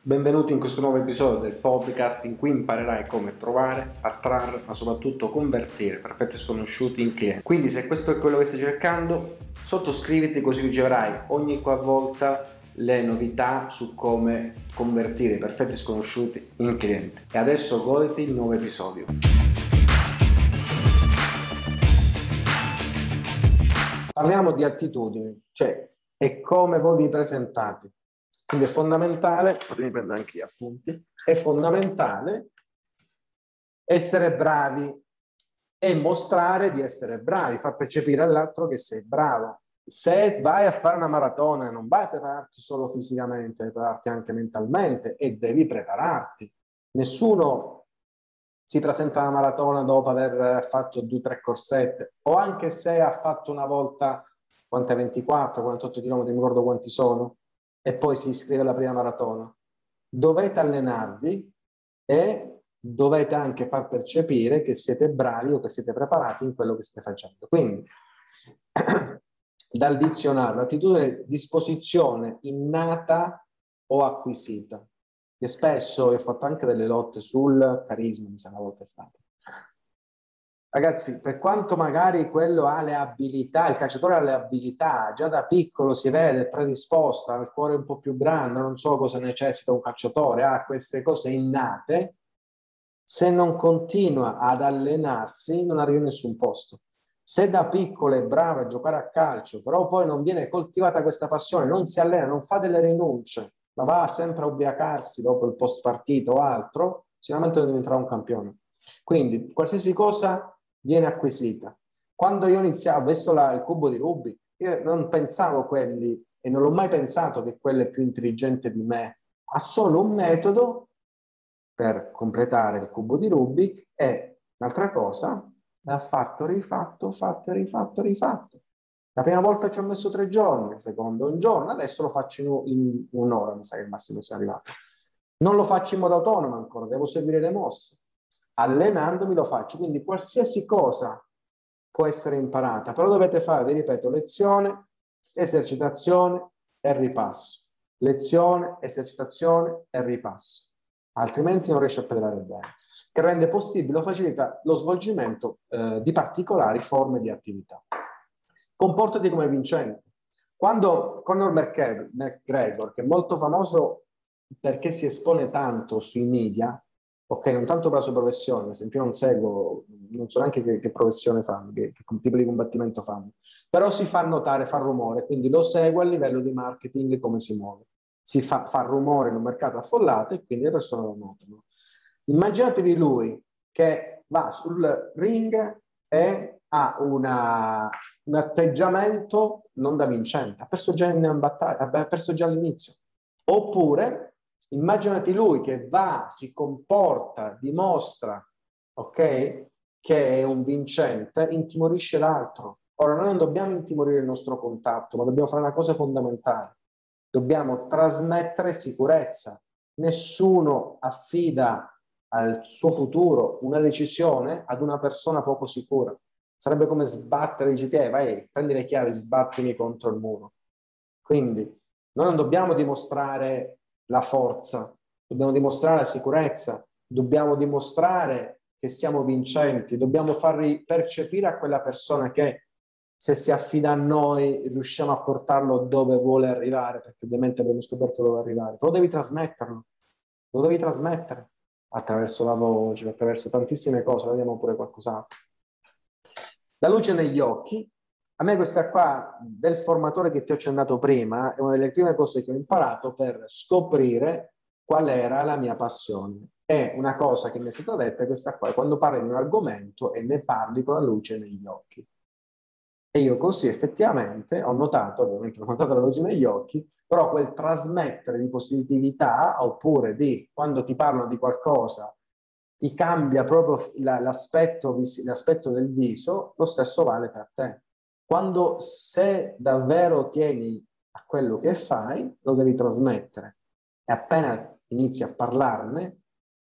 Benvenuti in questo nuovo episodio del podcast in cui imparerai come trovare, attrarre, ma soprattutto convertire perfetti sconosciuti in clienti. Quindi se questo è quello che stai cercando, sottoscriviti così riceverai ogni qualvolta le novità su come convertire i perfetti sconosciuti in clienti. E adesso goditi il nuovo episodio. Parliamo di attitudini, cioè è come voi vi presentate. Quindi è fondamentale, mi prendo anche gli appunti, è fondamentale essere bravi e mostrare di essere bravi, far percepire all'altro che sei bravo. Se vai a fare una maratona non vai a prepararti solo fisicamente, devi prepararti anche mentalmente e devi prepararti. Nessuno si presenta alla maratona dopo aver fatto 2-3 corsette, o anche se ha fatto una volta, quante 24, 48 km, non mi ricordo quanti sono, e poi si iscrive alla prima maratona. Dovete allenarvi e dovete anche far percepire che siete bravi o che siete preparati in quello che state facendo. Quindi, dal dizionario, l'attitudine disposizione innata o acquisita. E spesso ho fatto anche delle lotte sul carisma, mi sa una volta è stato. Ragazzi, per quanto magari quello ha le abilità, il calciatore ha le abilità, già da piccolo si vede, è predisposto, ha il cuore un po' più grande, non so cosa necessita un calciatore, ha queste cose innate, se non continua ad allenarsi non arriva a nessun posto. Se da piccolo è bravo a giocare a calcio, però poi non viene coltivata questa passione, non si allena, non fa delle rinunce, ma va sempre a ubriacarsi dopo il post partita o altro, sicuramente non diventerà un campione. Quindi qualsiasi cosa viene acquisita. Quando io iniziavo, adesso il cubo di Rubik, io non pensavo quelli, e non l'ho mai pensato che quello è più intelligente di me, ha solo un metodo per completare il cubo di Rubik e un'altra cosa, l'ha fatto, rifatto, fatto, rifatto, rifatto. La prima volta ci ho messo 3 giorni, la seconda un giorno, adesso lo faccio in un'ora, mi sa che il massimo sia arrivato. Non lo faccio in modo autonomo ancora, devo seguire le mosse. Allenandomi lo faccio, quindi qualsiasi cosa può essere imparata, però dovete fare, vi ripeto, lezione, esercitazione e ripasso. Lezione, esercitazione e ripasso. Altrimenti non riesce a pedalare bene, che rende possibile o facilita lo svolgimento di particolari forme di attività. Comportati come vincente. Quando Conor McGregor, che è molto famoso perché si espone tanto sui media, ok, non tanto per la sua professione, ad esempio non seguo, non so neanche che professione fanno, che tipo di combattimento fanno, però si fa notare, fa rumore, quindi lo seguo a livello di marketing come si muove. Si fa rumore in un mercato affollato e quindi le persone lo notano. Immaginatevi lui che va sul ring e ha un atteggiamento non da vincente, ha perso già in battaglia, ha perso già all'inizio. Oppure immaginati lui che va, si comporta, dimostra, ok, che è un vincente, intimorisce l'altro. Ora, noi non dobbiamo intimorire il nostro contatto, ma dobbiamo fare una cosa fondamentale. Dobbiamo trasmettere sicurezza. Nessuno affida al suo futuro una decisione ad una persona poco sicura. Sarebbe come sbattere, dici, vai, prendi le chiavi, sbattimi contro il muro. Quindi noi non dobbiamo dimostrare la forza, dobbiamo dimostrare la sicurezza, dobbiamo dimostrare che siamo vincenti, dobbiamo far percepire a quella persona che se si affida a noi riusciamo a portarlo dove vuole arrivare, perché ovviamente abbiamo scoperto dove arrivare, però devi trasmetterlo, lo devi trasmettere attraverso la voce, attraverso tantissime cose, vediamo pure qualcos'altro. La luce negli occhi. A me questa qua del formatore che ti ho accennato prima è una delle prime cose che ho imparato per scoprire qual era la mia passione. È una cosa che mi è stata detta questa qua, quando parli di un argomento e ne parli con la luce negli occhi. E io così effettivamente ho notato, ovviamente ho notato la luce negli occhi, però quel trasmettere di positività oppure di quando ti parlo di qualcosa ti cambia proprio l'aspetto del viso, lo stesso vale per te. Quando se davvero tieni a quello che fai, lo devi trasmettere. E appena inizi a parlarne,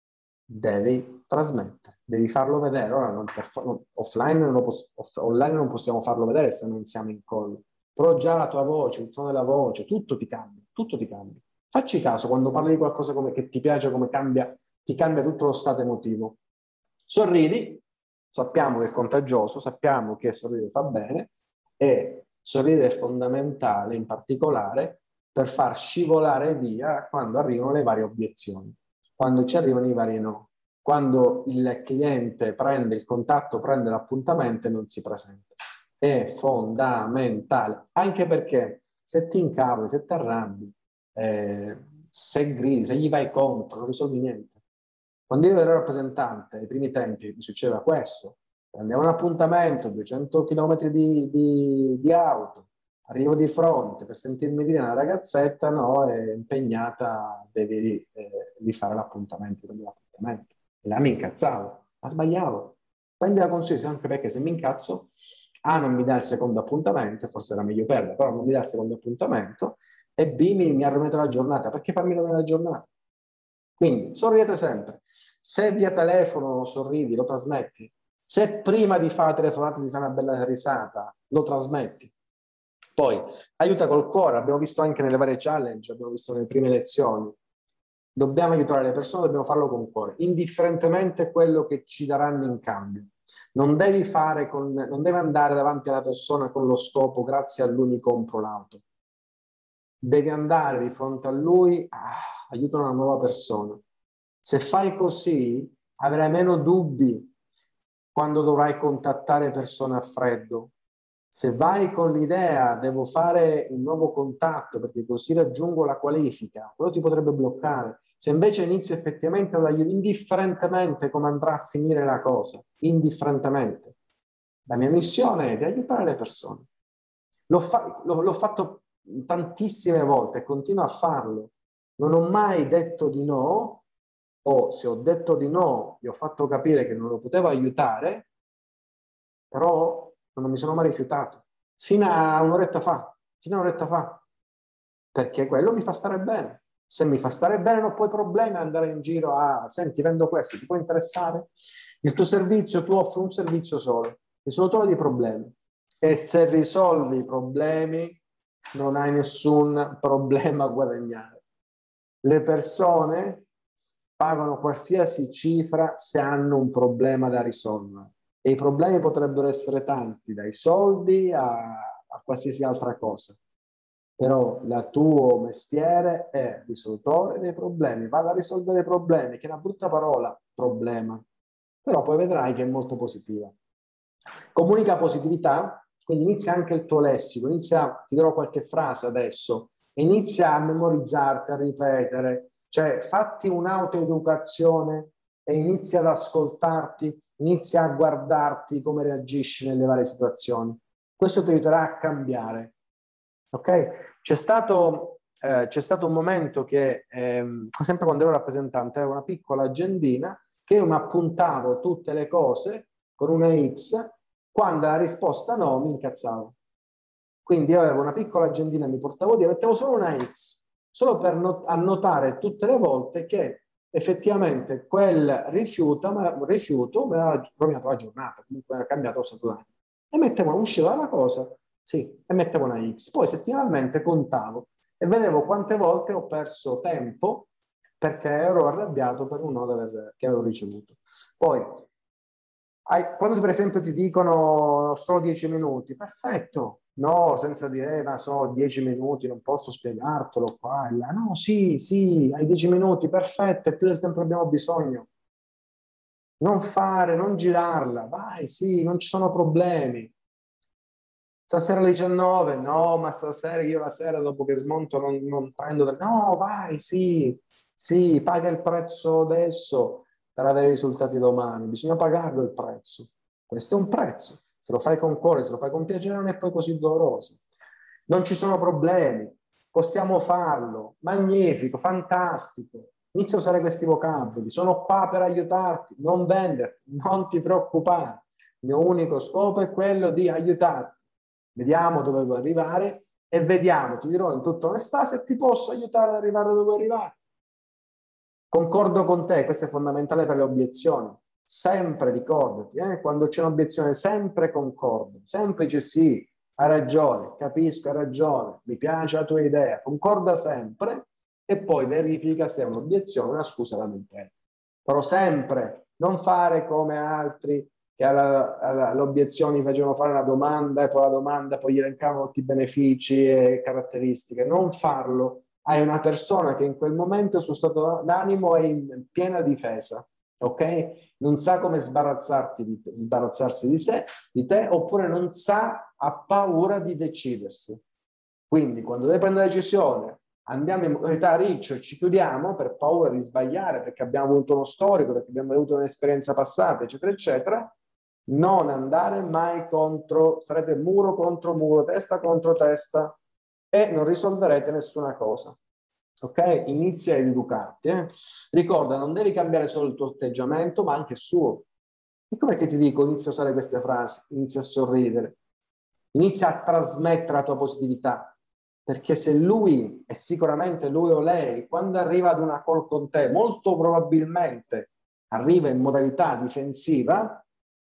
devi trasmettere, devi farlo vedere. Ora offline online non possiamo farlo vedere se non siamo in call, però già la tua voce, il tono della voce, tutto ti cambia, tutto ti cambia. Facci caso quando parli di qualcosa che ti piace, come ti cambia tutto lo stato emotivo. Sorridi, sappiamo che è contagioso, sappiamo che sorridere fa bene e sorridere è fondamentale in particolare per far scivolare via quando arrivano le varie obiezioni, quando ci arrivano i vari no, quando il cliente prende il contatto, prende l'appuntamento e non si presenta. È fondamentale, anche perché se ti incavoli, se ti arrabbi, se gridi, se gli vai contro, non risolvi niente. Quando io ero rappresentante, ai primi tempi, mi succedeva questo. Prendevo un appuntamento, 200 km di auto, arrivo di fronte per sentirmi dire una ragazzetta, no, è impegnata, devi rifare l'appuntamento, E là mi incazzavo, ma sbagliavo. Prendi la considerazione anche perché se mi incazzo, A non mi dà il secondo appuntamento, forse era meglio perdere, però non mi dà il secondo appuntamento, e B mi arromete la giornata. Perché farmi rovinare la giornata? Quindi sorridete sempre. Se via telefono sorridi, lo trasmetti. Se prima di fare la telefonata ti fai una bella risata, lo trasmetti. Poi aiuta col cuore, abbiamo visto anche nelle varie challenge, abbiamo visto nelle prime lezioni. Dobbiamo aiutare le persone, dobbiamo farlo con cuore, indifferentemente quello che ci daranno in cambio. Non devi andare davanti alla persona con lo scopo, grazie a lui mi compro l'auto. Devi andare di fronte a lui, aiuta una nuova persona. Se fai così, avrai meno dubbi quando dovrai contattare persone a freddo. Se vai con l'idea, devo fare un nuovo contatto perché così raggiungo la qualifica, quello ti potrebbe bloccare. Se invece inizi effettivamente ad aiutare, indifferentemente come andrà a finire la cosa, indifferentemente, la mia missione è di aiutare le persone. L'ho fatto tantissime volte e continuo a farlo. Non ho mai detto di no, o se ho detto di no, gli ho fatto capire che non lo potevo aiutare, però non mi sono mai rifiutato. Fino a un'oretta fa, perché quello mi fa stare bene. Se mi fa stare bene non ho poi problemi ad andare in giro senti, vendo questo, ti può interessare? Il tuo servizio, tu offri un servizio solo, risolutore di problemi. E se risolvi i problemi non hai nessun problema a guadagnare. Le persone pagano qualsiasi cifra se hanno un problema da risolvere. E i problemi potrebbero essere tanti, dai soldi a qualsiasi altra cosa. Però il tuo mestiere è risolutore dei problemi. Vado a risolvere i problemi, che è una brutta parola, problema. Però poi vedrai che è molto positiva. Comunica positività, quindi inizia anche il tuo lessico, ti darò qualche frase adesso, inizia a memorizzarti, a ripetere, cioè fatti un'autoeducazione e inizia ad ascoltarti, inizia a guardarti come reagisci nelle varie situazioni. Questo ti aiuterà a cambiare. Ok? C'è stato un momento che, sempre quando ero rappresentante, avevo una piccola agendina che io mi appuntavo tutte le cose con una X, quando la risposta no mi incazzavo. Quindi io avevo una piccola agendina, mi portavo via, mettevo solo una X, solo per annotare tutte le volte che effettivamente quel rifiuto mi aveva rovinato la giornata, comunque era cambiato lo stato d'animo. E mettevo, usciva la cosa, sì, e mettevo una X. Poi settimanalmente contavo e vedevo quante volte ho perso tempo perché ero arrabbiato per un no che avevo ricevuto. Poi, quando per esempio ti dicono solo 10 minuti, perfetto, no, senza dire, ma so, 10 minuti, non posso spiegartelo qua e là. No, sì, hai 10 minuti, perfetto, è più del tempo che abbiamo bisogno. Non girarla, vai, sì, non ci sono problemi. Stasera alle 19, no, ma stasera io la sera dopo che smonto non prendo. No, vai, sì, paga il prezzo adesso per avere i risultati domani. Bisogna pagarlo il prezzo. Questo è un prezzo. Se lo fai con cuore, se lo fai con piacere, non è poi così doloroso. Non ci sono problemi, possiamo farlo. Magnifico, fantastico. Inizia a usare questi vocaboli. Sono qua per aiutarti, non venderti, non ti preoccupare. Il mio unico scopo è quello di aiutarti. Vediamo dove vuoi arrivare e vediamo, ti dirò in tutta onestà, se ti posso aiutare ad arrivare dove vuoi arrivare. Concordo con te, questo è fondamentale per le obiezioni. Sempre ricordati, quando c'è un'obiezione, sempre concordo, sempre dice sì, hai ragione, capisco, hai ragione, mi piace la tua idea, concorda sempre e poi verifica se è un'obiezione o una scusa lamentela. Però sempre non fare come altri che all'obiezione gli facevano fare una domanda e poi la domanda poi gli elencavano tutti i benefici e caratteristiche. Non farlo. Hai una persona che in quel momento il suo stato d'animo è in piena difesa, ok? Non sa come sbarazzarsi di te, oppure non sa, ha paura di decidersi. Quindi quando deve prendere la decisione, andiamo in modalità riccio e ci chiudiamo per paura di sbagliare, perché abbiamo avuto uno storico, perché abbiamo avuto un'esperienza passata, eccetera, eccetera. Non andare mai contro, sarete muro contro muro, testa contro testa e non risolverete nessuna cosa. Ok? Inizia ad educarti. Ricorda, non devi cambiare solo il tuo atteggiamento, ma anche il suo. E com'è che ti dico, inizia a usare queste frasi, inizia a sorridere, inizia a trasmettere la tua positività. Perché se lui, e sicuramente lui o lei, quando arriva ad una call con te, molto probabilmente arriva in modalità difensiva,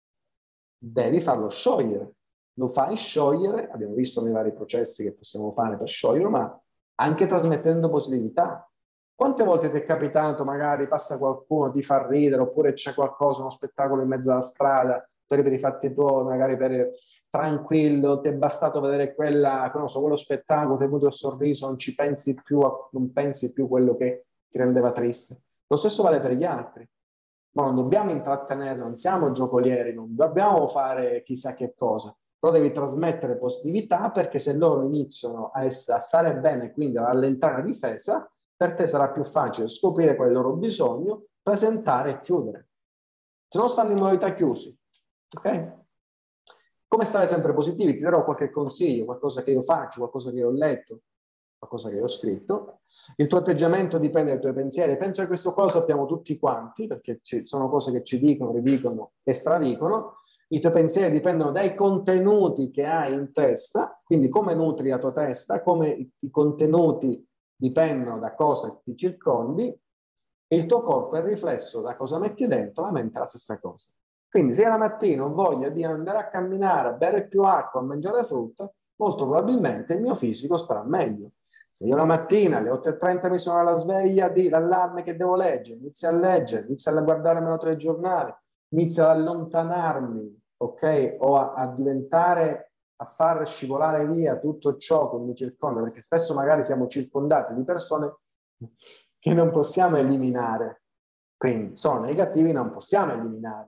devi farlo sciogliere. Lo fai sciogliere, abbiamo visto nei vari processi che possiamo fare per scioglierlo, ma anche trasmettendo positività. Quante volte ti è capitato, magari passa qualcuno, ti fa ridere, oppure c'è qualcosa, uno spettacolo in mezzo alla strada, per i fatti tuoi, magari per tranquillo, ti è bastato vedere quella, non so, quello spettacolo, ti è venuto il sorriso, non ci pensi più, non pensi più a quello che ti rendeva triste. Lo stesso vale per gli altri. Ma non dobbiamo intrattenere, non siamo giocolieri, non dobbiamo fare chissà che cosa, però devi trasmettere positività, perché se loro iniziano a stare bene, quindi ad allentare la difesa, per te sarà più facile scoprire qual è il loro bisogno, presentare e chiudere. Se no stanno in modalità chiusi. Ok? Come stare sempre positivi? Ti darò qualche consiglio, qualcosa che io faccio, qualcosa che io ho letto, qualcosa che io ho scritto. Il tuo atteggiamento dipende dai tuoi pensieri. Penso che questo qua lo sappiamo tutti quanti, perché sono cose che ci dicono, ridicono e stradicono. I tuoi pensieri dipendono dai contenuti che hai in testa, quindi come nutri la tua testa, come i contenuti dipendono da cosa ti circondi, e il tuo corpo è il riflesso da cosa metti dentro, la mente è la stessa cosa. Quindi se la mattina ho voglia di andare a camminare, a bere più acqua, a mangiare frutta, molto probabilmente il mio fisico starà meglio. Se io la mattina alle 8:30 mi sono alla sveglia di l'allarme che devo leggere, inizio a leggere, inizio a guardare meno telegiornale, inizio ad allontanarmi, ok? O a diventare, a far scivolare via tutto ciò che mi circonda, perché spesso magari siamo circondati di persone che non possiamo eliminare. Quindi sono negativi, non possiamo eliminare.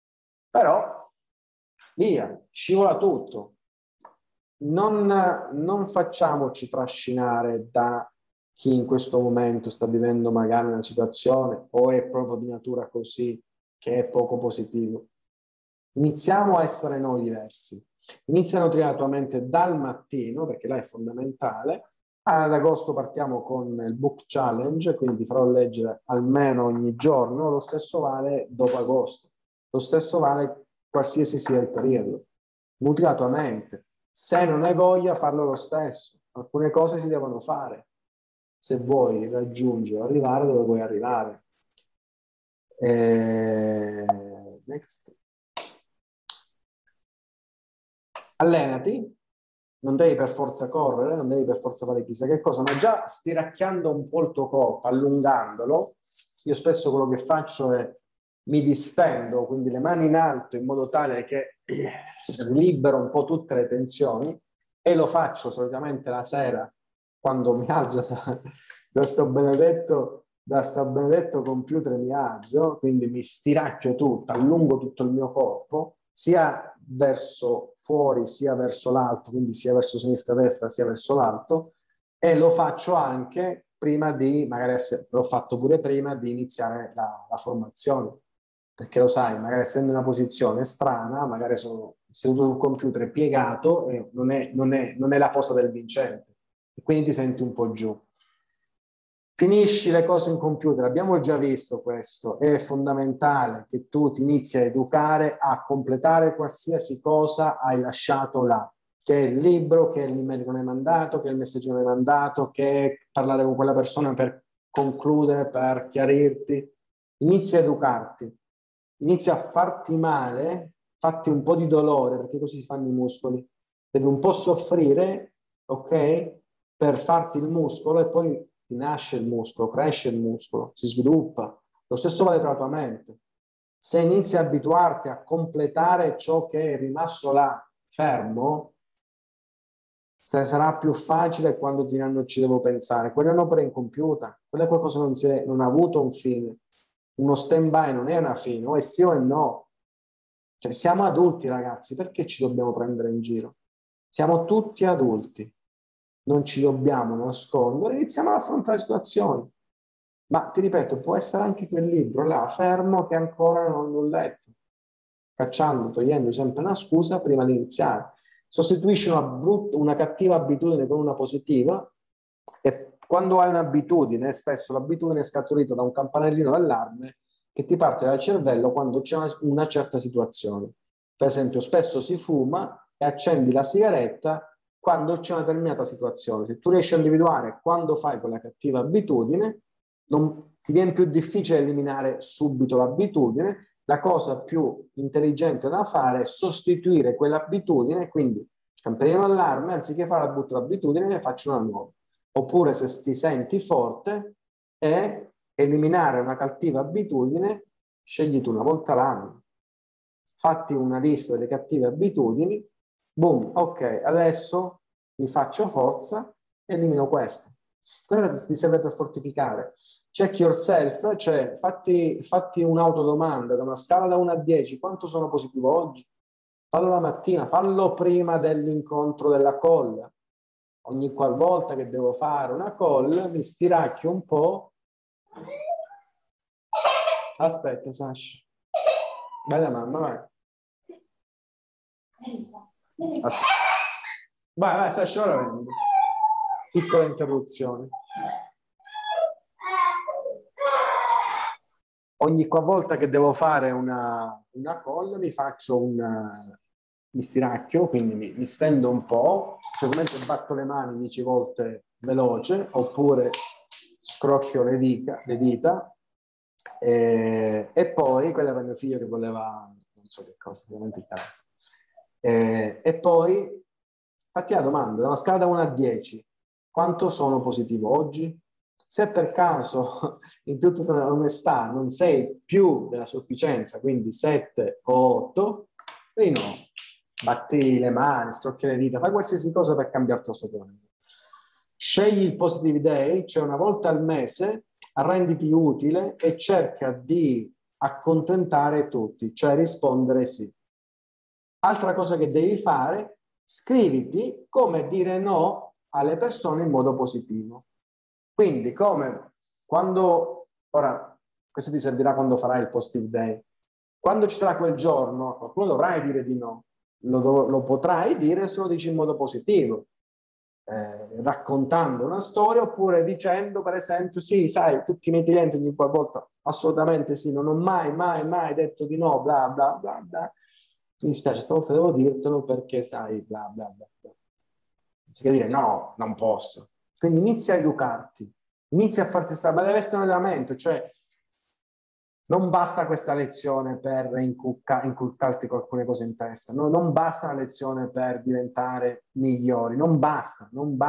Però, via, scivola tutto. Non facciamoci trascinare da chi in questo momento sta vivendo magari una situazione o è proprio di natura così, che è poco positivo. Iniziamo a essere noi diversi. Inizia a nutrire la tua mente dal mattino, perché là è fondamentale. Ad agosto partiamo con il book challenge, quindi farò leggere almeno ogni giorno. Lo stesso vale dopo agosto. Lo stesso vale qualsiasi sia il periodo. Nutri la tua mente. Se non hai voglia, farlo lo stesso. Alcune cose si devono fare se vuoi raggiungere o arrivare dove vuoi arrivare. Next. Allenati, non devi per forza correre, non devi per forza fare chissà che cosa, ma già stiracchiando un po' il tuo corpo, allungandolo. Io spesso quello che faccio è mi distendo, quindi le mani in alto, in modo tale che libero un po' tutte le tensioni, e lo faccio solitamente la sera quando mi alzo da sto benedetto computer, mi alzo, quindi mi stiracchio tutto, allungo tutto il mio corpo, sia verso fuori sia verso l'alto, quindi sia verso sinistra e destra sia verso l'alto, e lo faccio anche prima di, magari l'ho fatto pure prima di iniziare la formazione, perché lo sai, magari essendo in una posizione strana, magari sono seduto sul computer piegato e non è la posa del vincente, e quindi ti senti un po' giù. Finisci le cose in computer, abbiamo già visto questo, è fondamentale che tu ti inizi a educare a completare qualsiasi cosa hai lasciato là, che è il libro, che è l'email che non hai mandato, che è il messaggio che non hai mandato, che è parlare con quella persona per concludere, per chiarirti. Inizia a educarti, inizia a farti male, fatti un po' di dolore, perché così si fanno i muscoli, devi un po' soffrire, ok? Per farti il muscolo, e poi ti nasce il muscolo, cresce il muscolo, si sviluppa. Lo stesso vale per la tua mente. Se inizi a abituarti a completare ciò che è rimasto là fermo, sarà più facile quando diranno ci devo pensare. Quella è un'opera incompiuta, quella è qualcosa che non ha avuto un fine. Uno stand-by non è una fine, o è sì o è no. Cioè, siamo adulti, ragazzi, perché ci dobbiamo prendere in giro? Siamo tutti adulti, non ci dobbiamo nascondere, iniziamo ad affrontare le situazioni. Ma ti ripeto, può essere anche quel libro là, fermo, che ancora non l'ho letto, cacciando, togliendo sempre una scusa prima di iniziare. Sostituisci una cattiva abitudine con una positiva, e quando hai un'abitudine, spesso l'abitudine è scaturita da un campanellino d'allarme che ti parte dal cervello quando c'è una certa situazione. Per esempio, spesso si fuma e accendi la sigaretta quando c'è una determinata situazione. Se tu riesci a individuare quando fai quella cattiva abitudine, non ti viene più difficile eliminare subito l'abitudine. La cosa più intelligente da fare è sostituire quell'abitudine, quindi campanellino d'allarme, anziché fare la butto l'abitudine, ne faccio una nuova. Oppure, se ti senti forte, è eliminare una cattiva abitudine, scegli tu una volta l'anno. Fatti una lista delle cattive abitudini, boom, ok, adesso mi faccio forza, elimino questa. Quella ti serve per fortificare. Check yourself, cioè fatti un'autodomanda da una scala da 1 a 10, quanto sono positivo oggi? Fallo la mattina, fallo prima dell'incontro della call. Ogni qualvolta che devo fare una call mi stiracchio un po'. Aspetta, Sasha. Vai da mamma, vai. Aspetta. Vai, Sasha, ora vengo. Piccola interruzione. Ogni qualvolta che devo fare una call mi stiracchio, quindi mi stendo un po', sicuramente batto le mani 10 volte veloce, oppure scrocchio le dita, e poi, quella era mio figlio che voleva, non so che cosa, ovviamente il telefono. E poi fatti la domanda, da una scala da 1 a 10, quanto sono positivo oggi? Se per caso, in tutta onestà, non sei più della sufficienza, quindi 7 o 8, di no, batti le mani, strocchi le dita, fai qualsiasi cosa per cambiare il tuo pianeta. Scegli il Positive Day, cioè una volta al mese, arrenditi utile e cerca di accontentare tutti, cioè rispondere sì. Altra cosa che devi fare, scriviti come dire no alle persone in modo positivo. Quindi, come quando, ora, questo ti servirà quando farai il Positive Day, quando ci sarà quel giorno, qualcuno dovrai dire di no, lo potrai dire se lo dici in modo positivo, raccontando una storia, oppure dicendo, per esempio, sì, sai, tutti i miei clienti ogni volta, assolutamente sì, non ho mai detto di no, bla bla bla bla. Mi dispiace, stavolta devo dirtelo perché sai, bla bla bla bla. Anziché dire no, non posso. Quindi inizia a educarti, inizia a farti stare, ma deve essere un allenamento, cioè non basta questa lezione per inculcarti alcune cose in testa, no, non basta una lezione per diventare migliori, non basta,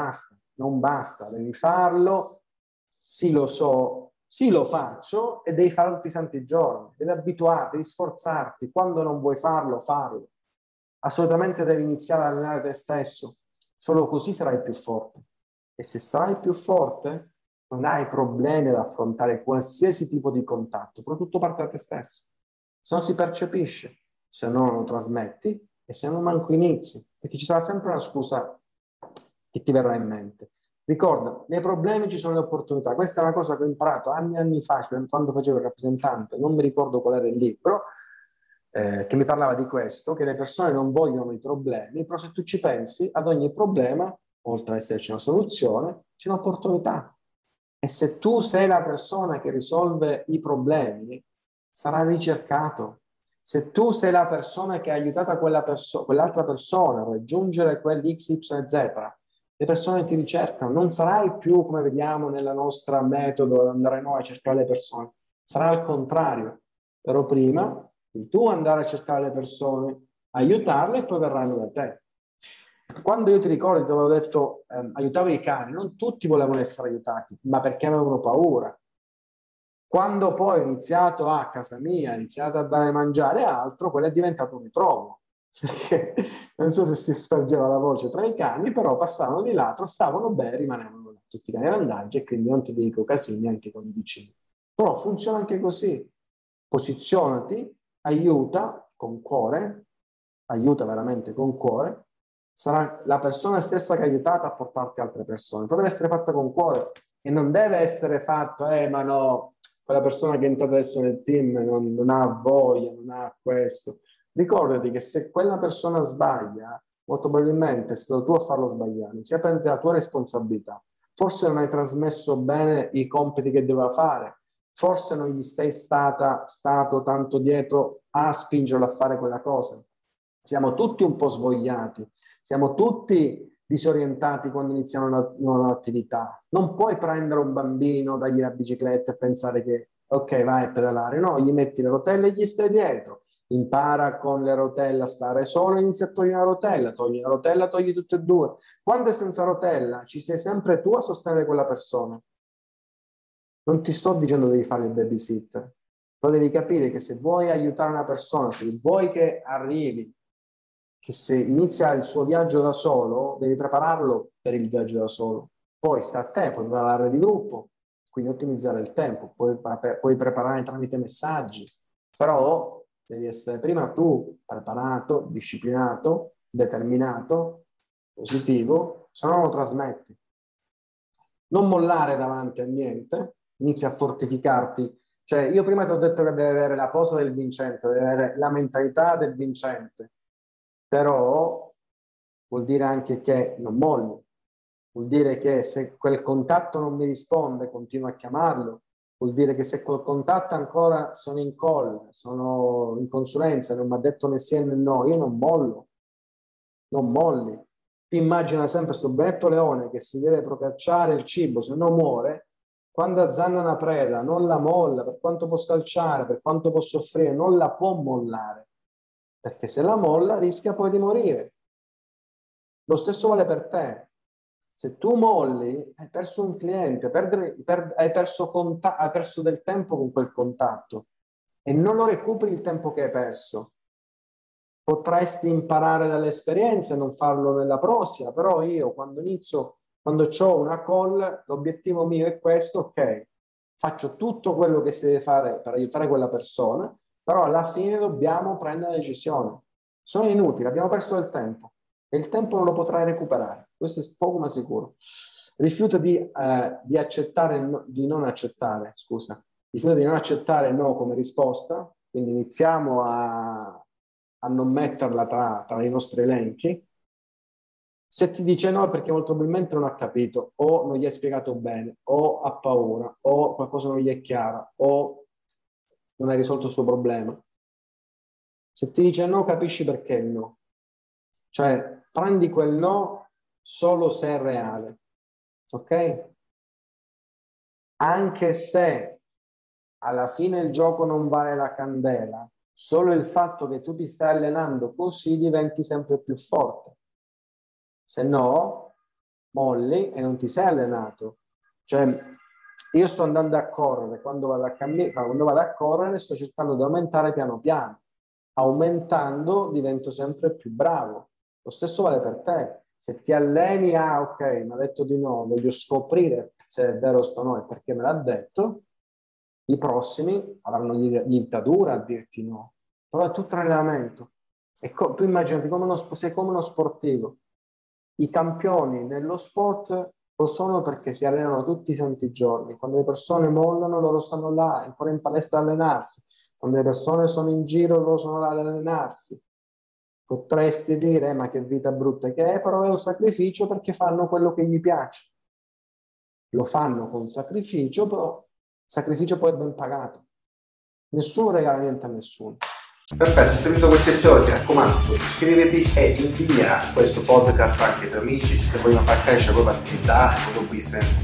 devi farlo, sì lo so, sì lo faccio, e devi farlo tutti i santi giorni, devi abituarti, devi sforzarti, quando non vuoi farlo, farlo. Assolutamente devi iniziare ad allenare te stesso, solo così sarai più forte. E se sarai più forte, non hai problemi ad affrontare qualsiasi tipo di contatto, però tutto parte da te stesso. Se non si percepisce, se no non lo trasmetti, e se non manco inizi, perché ci sarà sempre una scusa che ti verrà in mente. Ricorda, nei problemi ci sono le opportunità. Questa è una cosa che ho imparato anni e anni fa, quando facevo il rappresentante, non mi ricordo qual era il libro, che mi parlava di questo, che le persone non vogliono i problemi, però se tu ci pensi, ad ogni problema, oltre ad esserci una soluzione, c'è un'opportunità. E se tu sei la persona che risolve i problemi, sarà ricercato. Se tu sei la persona che ha aiutato quell'altra persona a raggiungere quell'XYZ, le persone ti ricercano. Non sarai più, come vediamo nella nostra metodo, andare noi a cercare le persone. Sarà al contrario. Però prima devi tu andare a cercare le persone, aiutarle, e poi verranno da te. Quando io ti ricordo, ti avevo detto, aiutavo i cani, non tutti volevano essere aiutati, ma perché avevano paura. Quando poi ho iniziato a casa mia, ho iniziato a dare mangiare altro, quello è diventato un ritrovo. Perché non so se si spargeva la voce tra i cani, però passavano di là, stavano bene, rimanevano là. Tutti i cani randaggi e quindi non ti dico casini anche con i vicini. Però funziona anche così. Posizionati, aiuta con cuore, aiuta veramente con cuore, sarà la persona stessa che ha aiutato a portarti altre persone. Però deve essere fatta con cuore e non deve essere fatto, ma no, quella persona che è entrata adesso nel team non ha voglia, non ha questo. Ricordati che se quella persona sbaglia, molto probabilmente sei stato tu a farlo sbagliare, sia per la tua responsabilità. Forse non hai trasmesso bene i compiti che doveva fare, forse non gli sei stato tanto dietro a spingerlo a fare quella cosa. Siamo tutti un po' svogliati, siamo tutti disorientati quando iniziamo una nuova attività. Non puoi prendere un bambino, dargli la bicicletta e pensare che ok, vai a pedalare. No, gli metti le rotelle e gli stai dietro. Impara con le rotelle a stare solo, inizia a togliere la rotella, togli tutte e due. Quando è senza rotella, ci sei sempre tu a sostenere quella persona. Non ti sto dicendo devi fare il babysitter, però devi capire che se vuoi aiutare una persona, se vuoi che arrivi, che se inizia il suo viaggio da solo, devi prepararlo per il viaggio da solo. Poi sta a te, puoi preparare di gruppo, quindi ottimizzare il tempo, puoi preparare tramite messaggi, però devi essere prima tu preparato, disciplinato, determinato, positivo, se no non lo trasmetti. Non mollare davanti a niente, inizi a fortificarti. Cioè, io prima ti ho detto che devi avere la posa del vincente, devi avere la mentalità del vincente, però vuol dire anche che non molli, vuol dire che se quel contatto non mi risponde, continuo a chiamarlo, vuol dire che se quel contatto ancora sono in call, sono in consulenza, non mi ha detto né sì né no, io non mollo, non molli. Immagina sempre questo benedetto leone che si deve procacciare il cibo, se no muore. Quando azzanna una preda, non la molla, per quanto può scalciare, per quanto può soffrire, non la può mollare, perché se la molla rischia poi di morire. Lo stesso vale per te. Se tu molli, hai perso un cliente, hai perso del tempo con quel contatto e non lo recuperi il tempo che hai perso. Potresti imparare dall'esperienza e non farlo nella prossima, però io quando ho una call, l'obiettivo mio è questo, ok, faccio tutto quello che si deve fare per aiutare quella persona, però alla fine dobbiamo prendere una decisione. Sono inutili, abbiamo perso del tempo e il tempo non lo potrai recuperare, questo è poco ma sicuro. Rifiuta di accettare, di non accettare, scusa, rifiuta di non accettare no come risposta, quindi iniziamo a non metterla tra i nostri elenchi. Se ti dice no è perché molto probabilmente non ha capito, o non gli hai spiegato bene, o ha paura, o qualcosa non gli è chiara, o non hai risolto il suo problema. Se ti dice no, capisci perché il no. Cioè, prendi quel no solo se è reale, ok? Anche se alla fine il gioco non vale la candela, solo il fatto che tu ti stai allenando così diventi sempre più forte. Se no, molli e non ti sei allenato. Cioè, io sto andando a correre, quando vado a correre sto cercando di aumentare piano piano. Aumentando divento sempre più bravo. Lo stesso vale per te. Se ti alleni ok, mi ha detto di no, voglio scoprire se è vero sto no e perché me l'ha detto, i prossimi avranno dittatura a dirti no. Però è tutto un allenamento. Tu immaginati sei come uno sportivo. I campioni nello sport lo sono perché si allenano tutti i santi giorni. Quando le persone mollano, loro stanno là, ancora in palestra ad allenarsi. Quando le persone sono in giro, loro sono là ad allenarsi. Potresti dire, ma che vita brutta che è, però è un sacrificio perché fanno quello che gli piace. Lo fanno con sacrificio, però il sacrificio poi è ben pagato. Nessuno regala niente a nessuno. Perfetto, se ti è piaciuto questo episodio, ti raccomando, iscriviti e invia questo podcast anche ai tuoi amici se vogliono far crescere la propria attività e il proprio business